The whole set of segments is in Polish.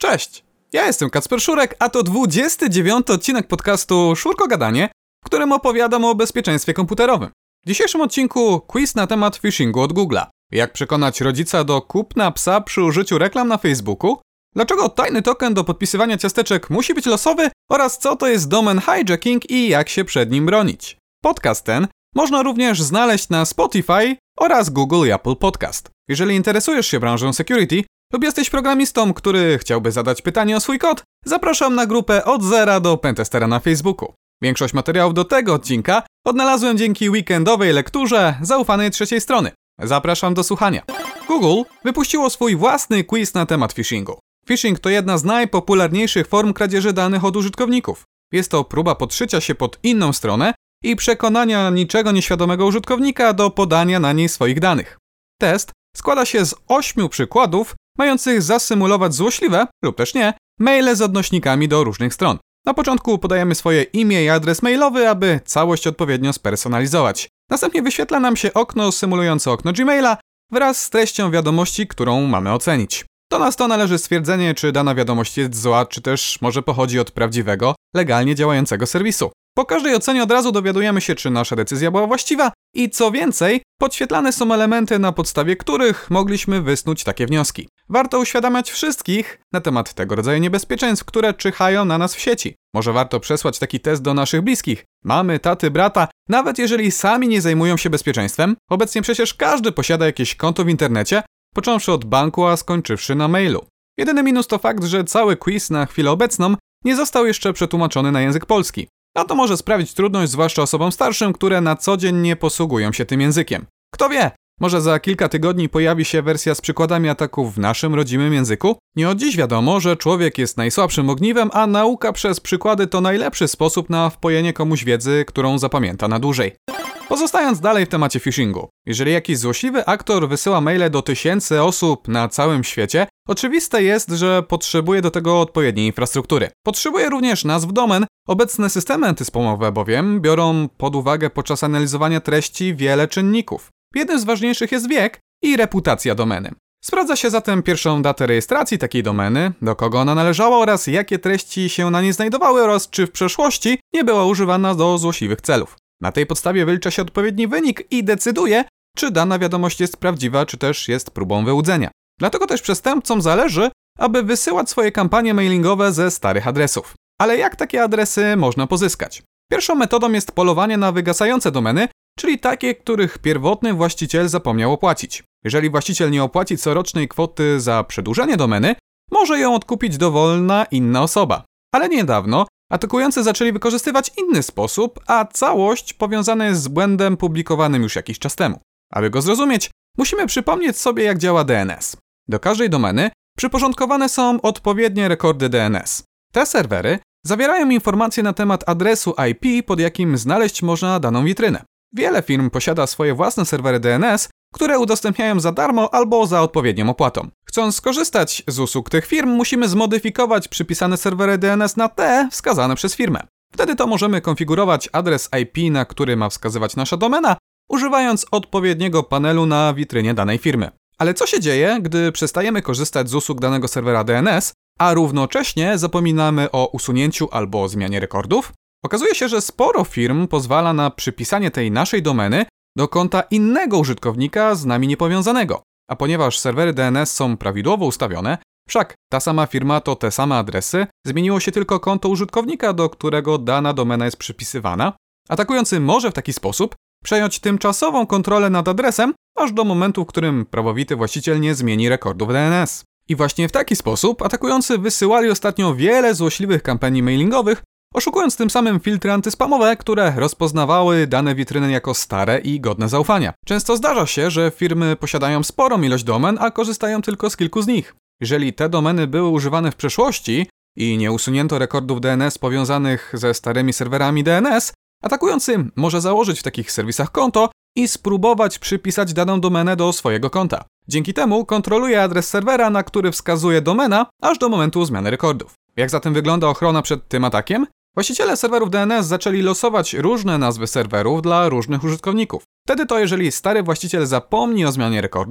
Cześć, ja jestem Kacper Szurek, a to 29. odcinek podcastu Szurko Gadanie, w którym opowiadam o bezpieczeństwie komputerowym. W dzisiejszym odcinku quiz na temat phishingu od Google'a. Jak przekonać rodzica do kupna psa przy użyciu reklam na Facebooku? Dlaczego tajny token do podpisywania ciasteczek musi być losowy? Oraz co to jest domen hijacking i jak się przed nim bronić? Podcast ten można również znaleźć na Spotify oraz Google i Apple Podcast. Jeżeli interesujesz się branżą security lub jesteś programistą, który chciałby zadać pytanie o swój kod, zapraszam na grupę Od Zera do Pentestera na Facebooku. Większość materiałów do tego odcinka odnalazłem dzięki weekendowej lekturze zaufanej trzeciej strony. Zapraszam do słuchania. Google wypuściło swój własny quiz na temat phishingu. Phishing to jedna z najpopularniejszych form kradzieży danych od użytkowników. Jest to próba podszycia się pod inną stronę i przekonania niczego nieświadomego użytkownika do podania na niej swoich danych. Test składa się z 8 przykładów, mających zasymulować złośliwe, lub też nie, maile z odnośnikami do różnych stron. Na początku podajemy swoje imię i adres mailowy, aby całość odpowiednio spersonalizować. Następnie wyświetla nam się okno symulujące okno Gmaila wraz z treścią wiadomości, którą mamy ocenić. Do nas to należy stwierdzenie, czy dana wiadomość jest zła, czy też może pochodzi od prawdziwego, legalnie działającego serwisu. Po każdej ocenie od razu dowiadujemy się, czy nasza decyzja była właściwa i co więcej, podświetlane są elementy, na podstawie których mogliśmy wysnuć takie wnioski. Warto uświadamiać wszystkich na temat tego rodzaju niebezpieczeństw, które czyhają na nas w sieci. Może warto przesłać taki test do naszych bliskich, mamy, taty, brata, nawet jeżeli sami nie zajmują się bezpieczeństwem. Obecnie przecież każdy posiada jakieś konto w internecie, począwszy od banku, a skończywszy na mailu. Jedyny minus to fakt, że cały quiz na chwilę obecną nie został jeszcze przetłumaczony na język polski. A to może sprawić trudność zwłaszcza osobom starszym, które na co dzień nie posługują się tym językiem. Kto wie, może za kilka tygodni pojawi się wersja z przykładami ataków w naszym rodzimym języku? Nie od dziś wiadomo, że człowiek jest najsłabszym ogniwem, a nauka przez przykłady to najlepszy sposób na wpojenie komuś wiedzy, którą zapamięta na dłużej. Pozostając dalej w temacie phishingu, jeżeli jakiś złośliwy aktor wysyła maile do tysięcy osób na całym świecie, oczywiste jest, że potrzebuje do tego odpowiedniej infrastruktury. Potrzebuje również nazw domen. Obecne systemy antyspamowe bowiem biorą pod uwagę podczas analizowania treści wiele czynników. Jednym z ważniejszych jest wiek i reputacja domeny. Sprawdza się zatem pierwszą datę rejestracji takiej domeny, do kogo ona należała oraz jakie treści się na niej znajdowały oraz czy w przeszłości nie była używana do złośliwych celów. Na tej podstawie wylicza się odpowiedni wynik i decyduje, czy dana wiadomość jest prawdziwa, czy też jest próbą wyłudzenia. Dlatego też przestępcom zależy, aby wysyłać swoje kampanie mailingowe ze starych adresów. Ale jak takie adresy można pozyskać? Pierwszą metodą jest polowanie na wygasające domeny, czyli takie, których pierwotny właściciel zapomniał opłacić. Jeżeli właściciel nie opłaci corocznej kwoty za przedłużenie domeny, może ją odkupić dowolna inna osoba. Ale niedawno atakujący zaczęli wykorzystywać inny sposób, a całość powiązana jest z błędem publikowanym już jakiś czas temu. Aby go zrozumieć, musimy przypomnieć sobie, jak działa DNS. Do każdej domeny przyporządkowane są odpowiednie rekordy DNS. Te serwery zawierają informacje na temat adresu IP, pod jakim znaleźć można daną witrynę. Wiele firm posiada swoje własne serwery DNS, które udostępniają za darmo albo za odpowiednią opłatą. Chcąc skorzystać z usług tych firm, musimy zmodyfikować przypisane serwery DNS na te wskazane przez firmę. Wtedy to możemy konfigurować adres IP, na który ma wskazywać nasza domena, używając odpowiedniego panelu na witrynie danej firmy. Ale co się dzieje, gdy przestajemy korzystać z usług danego serwera DNS, a równocześnie zapominamy o usunięciu albo zmianie rekordów? Okazuje się, że sporo firm pozwala na przypisanie tej naszej domeny do konta innego użytkownika z nami niepowiązanego. A ponieważ serwery DNS są prawidłowo ustawione, wszak ta sama firma to te same adresy, zmieniło się tylko konto użytkownika, do którego dana domena jest przypisywana, atakujący może w taki sposób przejąć tymczasową kontrolę nad adresem, aż do momentu, w którym prawowity właściciel nie zmieni rekordów DNS. I właśnie w taki sposób atakujący wysyłali ostatnio wiele złośliwych kampanii mailingowych, oszukując tym samym filtry antyspamowe, które rozpoznawały dane witryny jako stare i godne zaufania. Często zdarza się, że firmy posiadają sporą ilość domen, a korzystają tylko z kilku z nich. Jeżeli te domeny były używane w przeszłości i nie usunięto rekordów DNS powiązanych ze starymi serwerami DNS, atakujący może założyć w takich serwisach konto i spróbować przypisać daną domenę do swojego konta. Dzięki temu kontroluje adres serwera, na który wskazuje domena, aż do momentu zmiany rekordów. Jak zatem wygląda ochrona przed tym atakiem? Właściciele serwerów DNS zaczęli losować różne nazwy serwerów dla różnych użytkowników. Wtedy to, jeżeli stary właściciel zapomni o zmianie rekordów,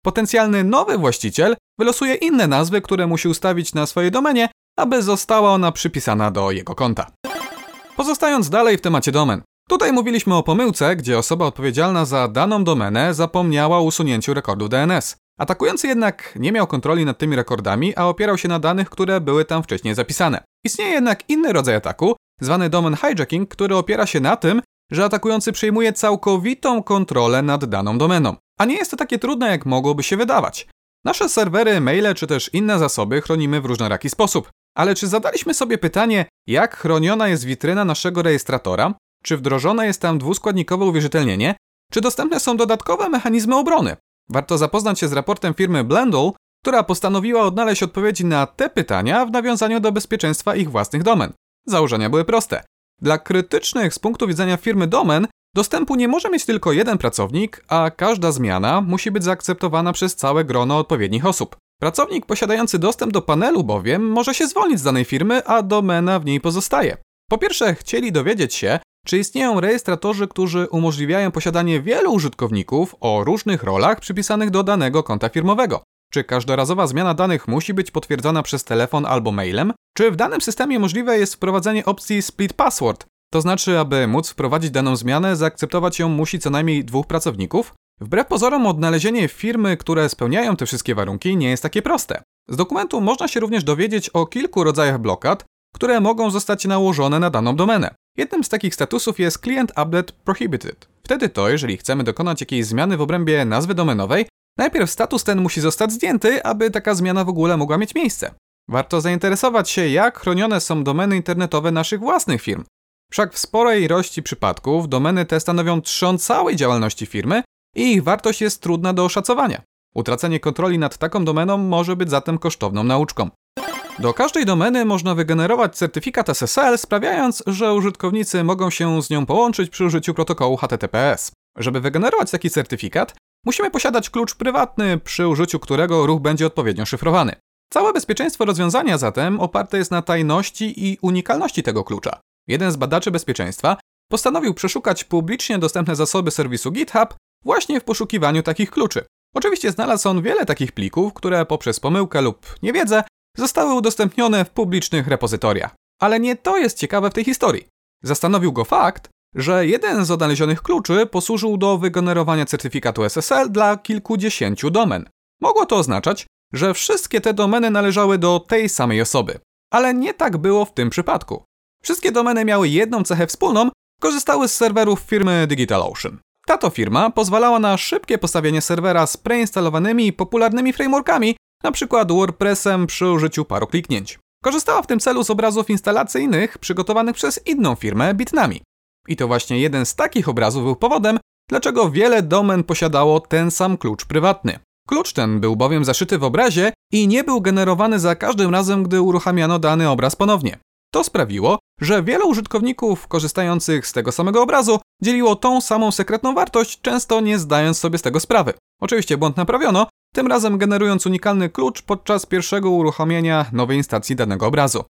Potencjalny nowy właściciel wylosuje inne nazwy, które musi ustawić na swojej domenie, aby została ona przypisana do jego konta. Pozostając dalej w temacie domen. Tutaj mówiliśmy o pomyłce, gdzie osoba odpowiedzialna za daną domenę zapomniała o usunięciu rekordów DNS. Atakujący jednak nie miał kontroli nad tymi rekordami, a opierał się na danych, które były tam wcześniej zapisane. Istnieje jednak inny rodzaj ataku, zwany domain hijacking, który opiera się na tym, że atakujący przejmuje całkowitą kontrolę nad daną domeną. A nie jest to takie trudne, jak mogłoby się wydawać. Nasze serwery, maile czy też inne zasoby chronimy w różnoraki sposób. Ale czy zadaliśmy sobie pytanie, jak chroniona jest witryna naszego rejestratora? Czy wdrożone jest tam dwuskładnikowe uwierzytelnienie? Czy dostępne są dodatkowe mechanizmy obrony? Warto zapoznać się z raportem firmy Blendle, która postanowiła odnaleźć odpowiedzi na te pytania w nawiązaniu do bezpieczeństwa ich własnych domen. Założenia były proste. Dla krytycznych z punktu widzenia firmy domen dostępu nie może mieć tylko jeden pracownik, a każda zmiana musi być zaakceptowana przez całe grono odpowiednich osób. Pracownik posiadający dostęp do panelu bowiem może się zwolnić z danej firmy, a domena w niej pozostaje. Po pierwsze, chcieli dowiedzieć się, czy istnieją rejestratorzy, którzy umożliwiają posiadanie wielu użytkowników o różnych rolach przypisanych do danego konta firmowego. Czy każdorazowa zmiana danych musi być potwierdzona przez telefon albo mailem? Czy w danym systemie możliwe jest wprowadzenie opcji split password? To znaczy, aby móc wprowadzić daną zmianę, zaakceptować ją musi co najmniej 2 pracowników? Wbrew pozorom odnalezienie firmy, które spełniają te wszystkie warunki, nie jest takie proste. Z dokumentu można się również dowiedzieć o kilku rodzajach blokad, które mogą zostać nałożone na daną domenę. Jednym z takich statusów jest Client Update Prohibited. Wtedy to, jeżeli chcemy dokonać jakiejś zmiany w obrębie nazwy domenowej, najpierw status ten musi zostać zdjęty, aby taka zmiana w ogóle mogła mieć miejsce. Warto zainteresować się, jak chronione są domeny internetowe naszych własnych firm. Wszak w sporej ilości przypadków domeny te stanowią trzon całej działalności firmy i ich wartość jest trudna do oszacowania. Utracenie kontroli nad taką domeną może być zatem kosztowną nauczką. Do każdej domeny można wygenerować certyfikat SSL, sprawiając, że użytkownicy mogą się z nią połączyć przy użyciu protokołu HTTPS. Żeby wygenerować taki certyfikat, musimy posiadać klucz prywatny, przy użyciu którego ruch będzie odpowiednio szyfrowany. Całe bezpieczeństwo rozwiązania zatem oparte jest na tajności i unikalności tego klucza. Jeden z badaczy bezpieczeństwa postanowił przeszukać publicznie dostępne zasoby serwisu GitHub właśnie w poszukiwaniu takich kluczy. Oczywiście znalazł on wiele takich plików, które poprzez pomyłkę lub niewiedzę zostały udostępnione w publicznych repozytoriach. Ale nie to jest ciekawe w tej historii. Zastanowił go fakt, że jeden z odnalezionych kluczy posłużył do wygenerowania certyfikatu SSL dla kilkudziesięciu domen. Mogło to oznaczać, że wszystkie te domeny należały do tej samej osoby. Ale nie tak było w tym przypadku. Wszystkie domeny miały jedną cechę wspólną, korzystały z serwerów firmy DigitalOcean. Ta to firma pozwalała na szybkie postawienie serwera z preinstalowanymi i popularnymi frameworkami, np. WordPressem przy użyciu paru kliknięć. Korzystała w tym celu z obrazów instalacyjnych przygotowanych przez inną firmę Bitnami. I to właśnie jeden z takich obrazów był powodem, dlaczego wiele domen posiadało ten sam klucz prywatny. Klucz ten był bowiem zaszyty w obrazie i nie był generowany za każdym razem, gdy uruchamiano dany obraz ponownie. To sprawiło, że wielu użytkowników korzystających z tego samego obrazu dzieliło tą samą sekretną wartość, często nie zdając sobie z tego sprawy. Oczywiście błąd naprawiono, tym razem generując unikalny klucz podczas pierwszego uruchomienia nowej instalacji danego obrazu.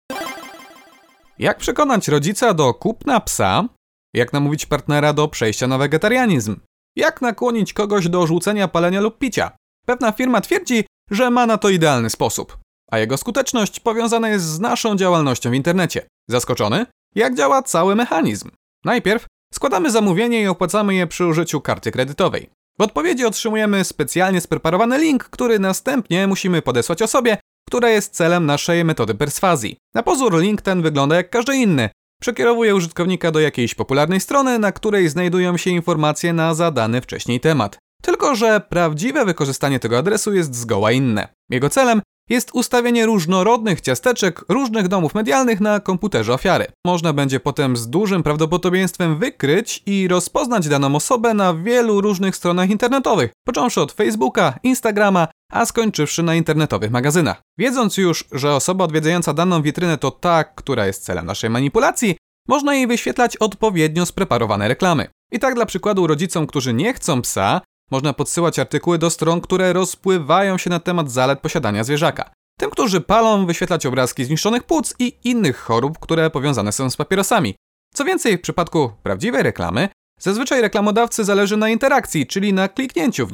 Jak przekonać rodzica do kupna psa? Jak namówić partnera do przejścia na wegetarianizm? Jak nakłonić kogoś do rzucenia palenia lub picia? Pewna firma twierdzi, że ma na to idealny sposób, a jego skuteczność powiązana jest z naszą działalnością w internecie. Zaskoczony? Jak działa cały mechanizm? Najpierw składamy zamówienie i opłacamy je przy użyciu karty kredytowej. W odpowiedzi otrzymujemy specjalnie spreparowany link, który następnie musimy podesłać osobie, która jest celem naszej metody perswazji. Na pozór link ten wygląda jak każdy inny. Przekierowuje użytkownika do jakiejś popularnej strony, na której znajdują się informacje na zadany wcześniej temat. Tylko że prawdziwe wykorzystanie tego adresu jest zgoła inne. Jego celem jest ustawienie różnorodnych ciasteczek różnych domów medialnych na komputerze ofiary. Można będzie potem z dużym prawdopodobieństwem wykryć i rozpoznać daną osobę na wielu różnych stronach internetowych, począwszy od Facebooka, Instagrama, a skończywszy na internetowych magazynach. Wiedząc już, że osoba odwiedzająca daną witrynę to ta, która jest celem naszej manipulacji, można jej wyświetlać odpowiednio spreparowane reklamy. I tak dla przykładu rodzicom, którzy nie chcą psa, można podsyłać artykuły do stron, które rozpływają się na temat zalet posiadania zwierzaka. Tym, którzy palą, wyświetlać obrazki zniszczonych płuc i innych chorób, które powiązane są z papierosami. Co więcej, w przypadku prawdziwej reklamy, zazwyczaj reklamodawcy zależy na interakcji, czyli na kliknięciu w nią.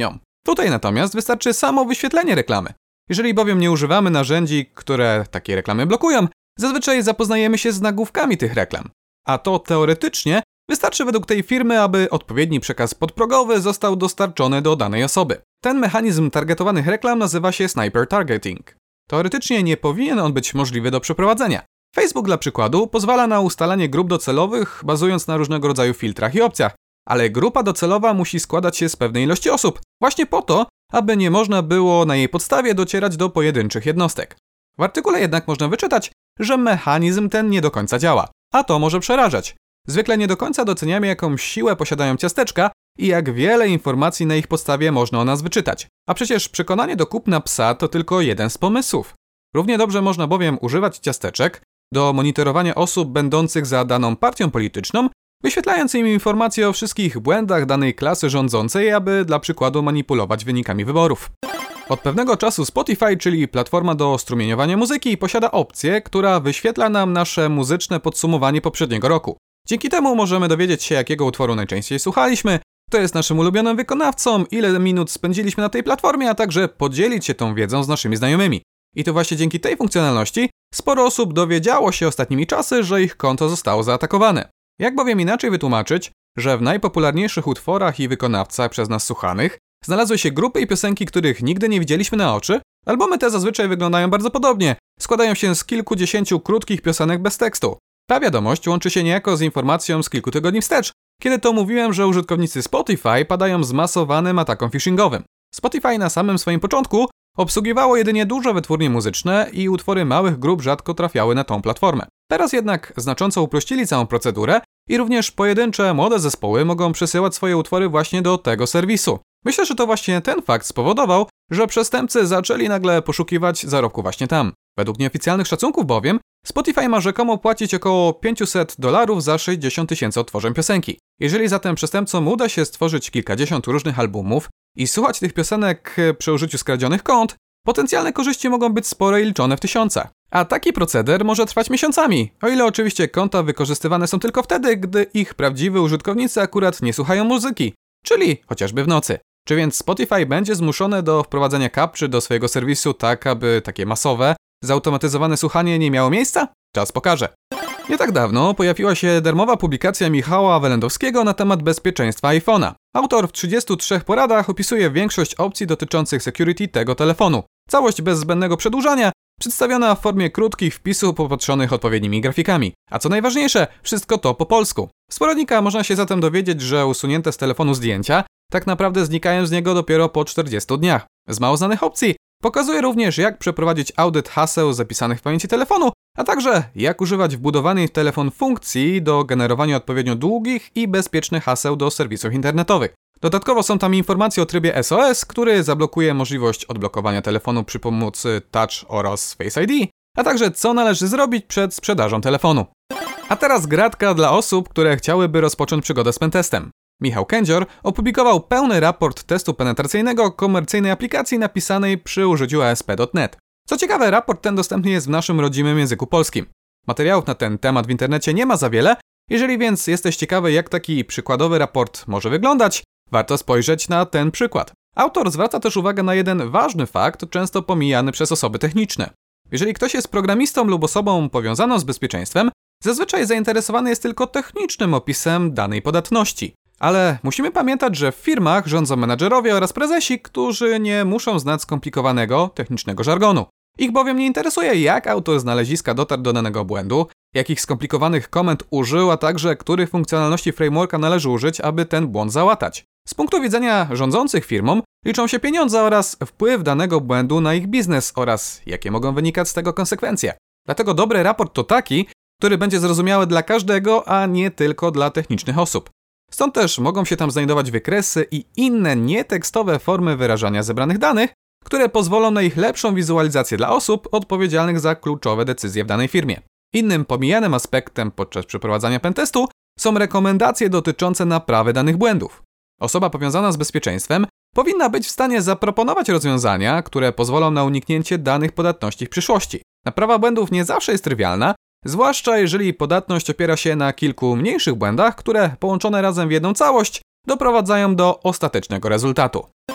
Tutaj natomiast wystarczy samo wyświetlenie reklamy. Jeżeli bowiem nie używamy narzędzi, które takie reklamy blokują, zazwyczaj zapoznajemy się z nagłówkami tych reklam. A to teoretycznie wystarczy według tej firmy, aby odpowiedni przekaz podprogowy został dostarczony do danej osoby. Ten mechanizm targetowanych reklam nazywa się sniper targeting. Teoretycznie nie powinien on być możliwy do przeprowadzenia. Facebook dla przykładu pozwala na ustalanie grup docelowych bazując na różnego rodzaju filtrach i opcjach, ale grupa docelowa musi składać się z pewnej ilości osób, właśnie po to, aby nie można było na jej podstawie docierać do pojedynczych jednostek. W artykule jednak można wyczytać, że mechanizm ten nie do końca działa, a to może przerażać. Zwykle nie do końca doceniamy, jaką siłę posiadają ciasteczka i jak wiele informacji na ich podstawie można o nas wyczytać. A przecież przekonanie do kupna psa to tylko jeden z pomysłów. Równie dobrze można bowiem używać ciasteczek do monitorowania osób będących za daną partią polityczną, wyświetlając im informacje o wszystkich błędach danej klasy rządzącej, aby dla przykładu manipulować wynikami wyborów. Od pewnego czasu Spotify, czyli platforma do strumieniowania muzyki, posiada opcję, która wyświetla nam nasze muzyczne podsumowanie poprzedniego roku. Dzięki temu możemy dowiedzieć się, jakiego utworu najczęściej słuchaliśmy, kto jest naszym ulubionym wykonawcą, ile minut spędziliśmy na tej platformie, a także podzielić się tą wiedzą z naszymi znajomymi. I to właśnie dzięki tej funkcjonalności sporo osób dowiedziało się ostatnimi czasy, że ich konto zostało zaatakowane. Jak bowiem inaczej wytłumaczyć, że w najpopularniejszych utworach i wykonawcach przez nas słuchanych znalazły się grupy i piosenki, których nigdy nie widzieliśmy na oczy? Albumy te zazwyczaj wyglądają bardzo podobnie, składają się z kilkudziesięciu krótkich piosenek bez tekstu. Ta wiadomość łączy się niejako z informacją z kilku tygodni wstecz, kiedy to mówiłem, że użytkownicy Spotify padają zmasowanym atakom phishingowym. Spotify na samym swoim początku obsługiwało jedynie duże wytwórnie muzyczne i utwory małych grup rzadko trafiały na tą platformę. Teraz jednak znacząco uprościli całą procedurę i również pojedyncze młode zespoły mogą przesyłać swoje utwory właśnie do tego serwisu. Myślę, że to właśnie ten fakt spowodował, że przestępcy zaczęli nagle poszukiwać zarobku właśnie tam. Według nieoficjalnych szacunków bowiem Spotify ma rzekomo płacić około $500 za 60 000 odtworzeń piosenki. Jeżeli zatem przestępcom uda się stworzyć kilkadziesiąt różnych albumów i słuchać tych piosenek przy użyciu skradzionych kont, potencjalne korzyści mogą być spore i liczone w tysiącach. A taki proceder może trwać miesiącami, o ile oczywiście konta wykorzystywane są tylko wtedy, gdy ich prawdziwi użytkownicy akurat nie słuchają muzyki, czyli chociażby w nocy. Czy więc Spotify będzie zmuszone do wprowadzenia captcha do swojego serwisu tak, aby takie masowe, zautomatyzowane słuchanie nie miało miejsca? Czas pokaże. Nie tak dawno pojawiła się darmowa publikacja Michała Welendowskiego na temat bezpieczeństwa iPhone'a. Autor w 33 poradach opisuje większość opcji dotyczących security tego telefonu. Całość bez zbędnego przedłużania, przedstawiona w formie krótkich wpisów popatrzonych odpowiednimi grafikami. A co najważniejsze, wszystko to po polsku. Z poradnika można się zatem dowiedzieć, że usunięte z telefonu zdjęcia tak naprawdę znikają z niego dopiero po 40 dniach. Z mało znanych opcji pokazuje również, jak przeprowadzić audyt haseł zapisanych w pamięci telefonu, a także jak używać wbudowanej w telefon funkcji do generowania odpowiednio długich i bezpiecznych haseł do serwisów internetowych. Dodatkowo są tam informacje o trybie SOS, który zablokuje możliwość odblokowania telefonu przy pomocy Touch oraz Face ID, a także co należy zrobić przed sprzedażą telefonu. A teraz gratka dla osób, które chciałyby rozpocząć przygodę z pentestem. Michał Kędzior opublikował pełny raport testu penetracyjnego komercyjnej aplikacji napisanej przy użyciu ASP.NET. Co ciekawe, raport ten dostępny jest w naszym rodzimym języku polskim. Materiałów na ten temat w internecie nie ma za wiele, jeżeli więc jesteś ciekawy, jak taki przykładowy raport może wyglądać, warto spojrzeć na ten przykład. Autor zwraca też uwagę na jeden ważny fakt, często pomijany przez osoby techniczne. Jeżeli ktoś jest programistą lub osobą powiązaną z bezpieczeństwem, zazwyczaj zainteresowany jest tylko technicznym opisem danej podatności. Ale musimy pamiętać, że w firmach rządzą menadżerowie oraz prezesi, którzy nie muszą znać skomplikowanego, technicznego żargonu. Ich bowiem nie interesuje, jak autor znaleziska dotarł do danego błędu, jakich skomplikowanych komend użył, a także których funkcjonalności frameworka należy użyć, aby ten błąd załatać. Z punktu widzenia rządzących firmą liczą się pieniądze oraz wpływ danego błędu na ich biznes oraz jakie mogą wynikać z tego konsekwencje. Dlatego dobry raport to taki, który będzie zrozumiały dla każdego, a nie tylko dla technicznych osób. Stąd też mogą się tam znajdować wykresy i inne nietekstowe formy wyrażania zebranych danych, które pozwolą na ich lepszą wizualizację dla osób odpowiedzialnych za kluczowe decyzje w danej firmie. Innym pomijanym aspektem podczas przeprowadzania pentestu są rekomendacje dotyczące naprawy danych błędów. Osoba powiązana z bezpieczeństwem powinna być w stanie zaproponować rozwiązania, które pozwolą na uniknięcie danych podatności w przyszłości. Naprawa błędów nie zawsze jest trywialna, zwłaszcza jeżeli podatność opiera się na kilku mniejszych błędach, które połączone razem w jedną całość doprowadzają do ostatecznego rezultatu.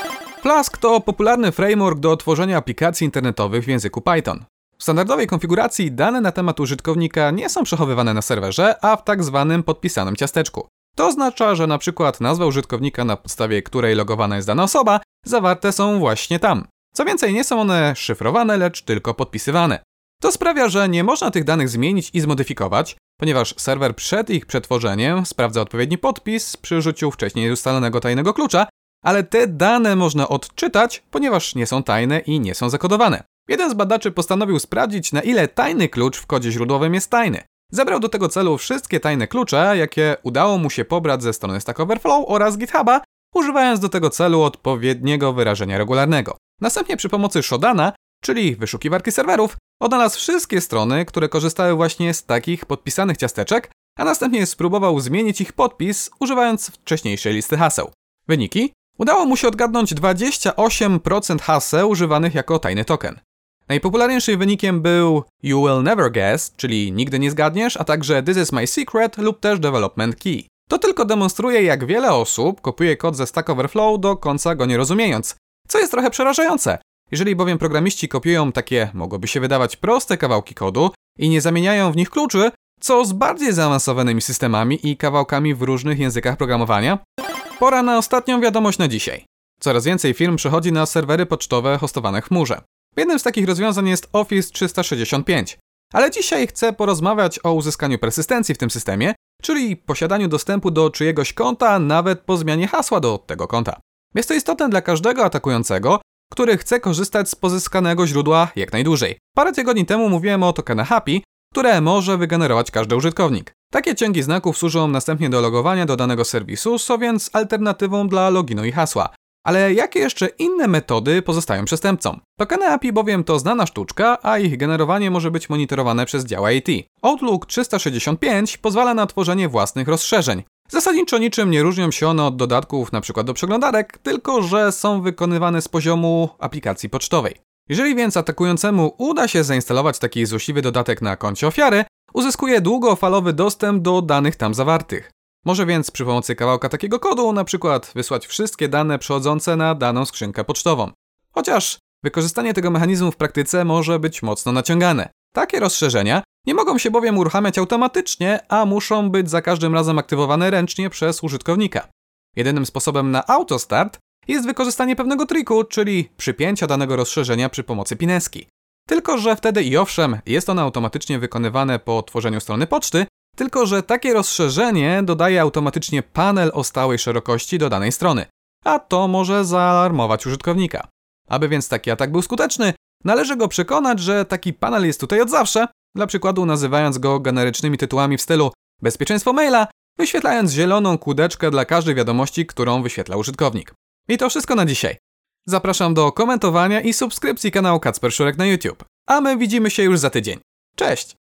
Flask to popularny framework do tworzenia aplikacji internetowych w języku Python. W standardowej konfiguracji dane na temat użytkownika nie są przechowywane na serwerze, a w tak zwanym podpisanym ciasteczku. To oznacza, że na przykład nazwa użytkownika, na podstawie której logowana jest dana osoba, zawarte są właśnie tam. Co więcej, nie są one szyfrowane, lecz tylko podpisywane. To sprawia, że nie można tych danych zmienić i zmodyfikować, ponieważ serwer przed ich przetworzeniem sprawdza odpowiedni podpis przy użyciu wcześniej ustalonego tajnego klucza, ale te dane można odczytać, ponieważ nie są tajne i nie są zakodowane. Jeden z badaczy postanowił sprawdzić, na ile tajny klucz w kodzie źródłowym jest tajny. Zebrał do tego celu wszystkie tajne klucze, jakie udało mu się pobrać ze strony Stack Overflow oraz GitHuba, używając do tego celu odpowiedniego wyrażenia regularnego. Następnie przy pomocy Shodana, czyli wyszukiwarki serwerów, odnalazł wszystkie strony, które korzystały właśnie z takich podpisanych ciasteczek, a następnie spróbował zmienić ich podpis, używając wcześniejszej listy haseł. Wyniki? Udało mu się odgadnąć 28% haseł używanych jako tajny token. Najpopularniejszym wynikiem był You will never guess, czyli nigdy nie zgadniesz, a także This is my secret lub też Development key. To tylko demonstruje, jak wiele osób kopiuje kod ze Stack Overflow do końca go nie rozumiejąc, co jest trochę przerażające. Jeżeli bowiem programiści kopiują takie, mogłoby się wydawać, proste kawałki kodu i nie zamieniają w nich kluczy, co z bardziej zaawansowanymi systemami i kawałkami w różnych językach programowania? Pora na ostatnią wiadomość na dzisiaj. Coraz więcej firm przechodzi na serwery pocztowe hostowane w chmurze. Jednym z takich rozwiązań jest Office 365. Ale dzisiaj chcę porozmawiać o uzyskaniu persystencji w tym systemie, czyli posiadaniu dostępu do czyjegoś konta nawet po zmianie hasła do tego konta. Jest to istotne dla każdego atakującego, który chce korzystać z pozyskanego źródła jak najdłużej. Parę tygodni temu mówiłem o tokenach API, które może wygenerować każdy użytkownik. Takie ciągi znaków służą następnie do logowania do danego serwisu, są więc alternatywą dla loginu i hasła. Ale jakie jeszcze inne metody pozostają przestępcom? Tokeny API bowiem to znana sztuczka, a ich generowanie może być monitorowane przez dział IT. Outlook 365 pozwala na tworzenie własnych rozszerzeń. Zasadniczo niczym nie różnią się one od dodatków np. do przeglądarek, tylko że są wykonywane z poziomu aplikacji pocztowej. Jeżeli więc atakującemu uda się zainstalować taki złośliwy dodatek na koncie ofiary, uzyskuje długofalowy dostęp do danych tam zawartych. Może więc przy pomocy kawałka takiego kodu np. wysłać wszystkie dane przechodzące na daną skrzynkę pocztową. Chociaż wykorzystanie tego mechanizmu w praktyce może być mocno naciągane. Takie rozszerzenia nie mogą się bowiem uruchamiać automatycznie, a muszą być za każdym razem aktywowane ręcznie przez użytkownika. Jedynym sposobem na autostart jest wykorzystanie pewnego triku, czyli przypięcia danego rozszerzenia przy pomocy pineski. Tylko że wtedy i owszem, jest ono automatycznie wykonywane po tworzeniu strony poczty, tylko że takie rozszerzenie dodaje automatycznie panel o stałej szerokości do danej strony, a to może zaalarmować użytkownika. Aby więc taki atak był skuteczny, należy go przekonać, że taki panel jest tutaj od zawsze, dla przykładu nazywając go generycznymi tytułami w stylu bezpieczeństwo maila, wyświetlając zieloną kółdeczkę dla każdej wiadomości, którą wyświetla użytkownik. I to wszystko na dzisiaj. Zapraszam do komentowania i subskrypcji kanału Kacper Szurek na YouTube. A my widzimy się już za tydzień. Cześć!